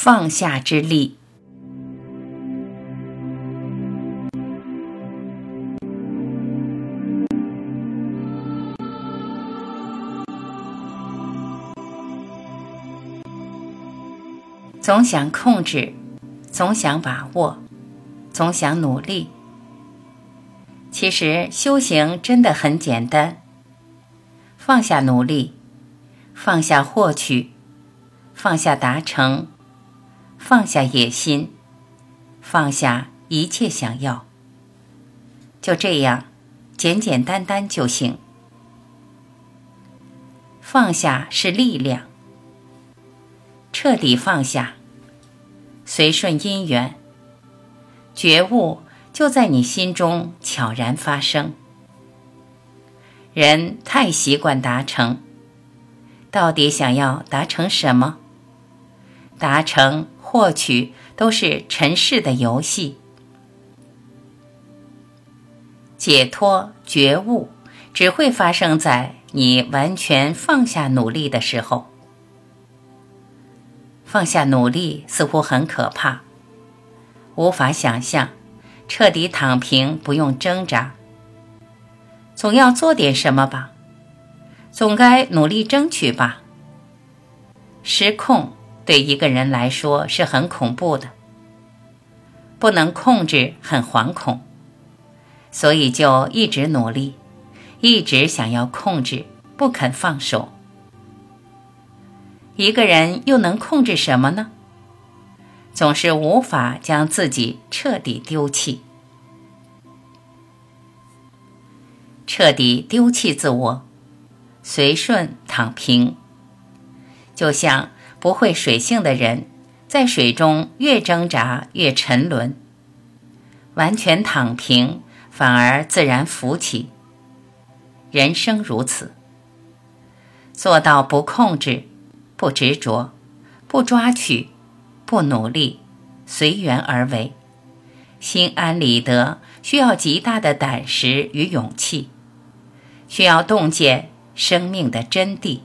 放下之力。总想控制，总想把握，总想努力。其实修行真的很简单，放下努力，放下获取，放下达成，放下野心，放下一切想要。就这样，简简单单就行。放下是力量，彻底放下，随顺因缘，觉悟就在你心中悄然发生。人太习惯达成，到底想要达成什么？达成、获取都是尘世的游戏。解脱、觉悟只会发生在你完全放下努力的时候。放下努力似乎很可怕，无法想象，彻底躺平，不用挣扎。总要做点什么吧，总该努力争取吧。失控对一个人来说是很恐怖的，不能控制很惶恐，所以就一直努力，一直想要控制，不肯放手。一个人又能控制什么呢？总是无法将自己彻底丢弃。彻底丢弃自我，随顺躺平。就像不会水性的人，在水中越挣扎越沉沦，完全躺平反而自然浮起。人生如此，做到不控制，不执着，不抓取，不努力，随缘而为，心安理得，需要极大的胆识与勇气，需要洞见生命的真谛。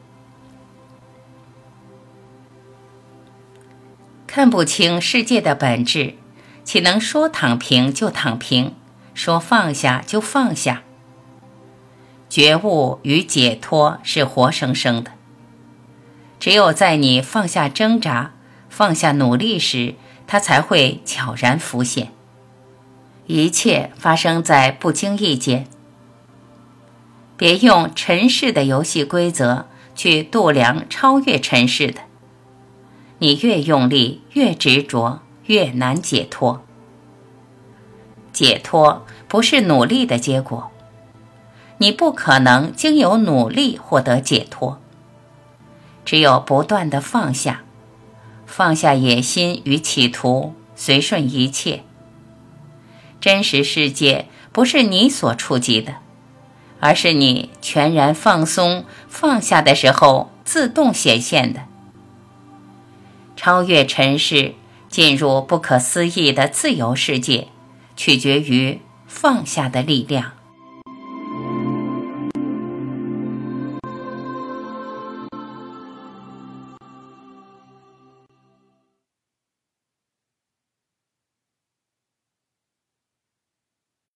看不清世界的本质，岂能说躺平就躺平，说放下就放下？觉悟与解脱是活生生的，只有在你放下挣扎，放下努力时，它才会悄然浮现。一切发生在不经意间。别用尘世的游戏规则去度量超越尘世的，你越用力，越执着，越难解脱。解脱不是努力的结果，你不可能经由努力获得解脱。只有不断地放下，放下野心与企图，随顺一切。真实世界不是你所触及的，而是你全然放松放下的时候自动显现的。超越尘世，进入不可思议的自由世界，取决于放下的力量。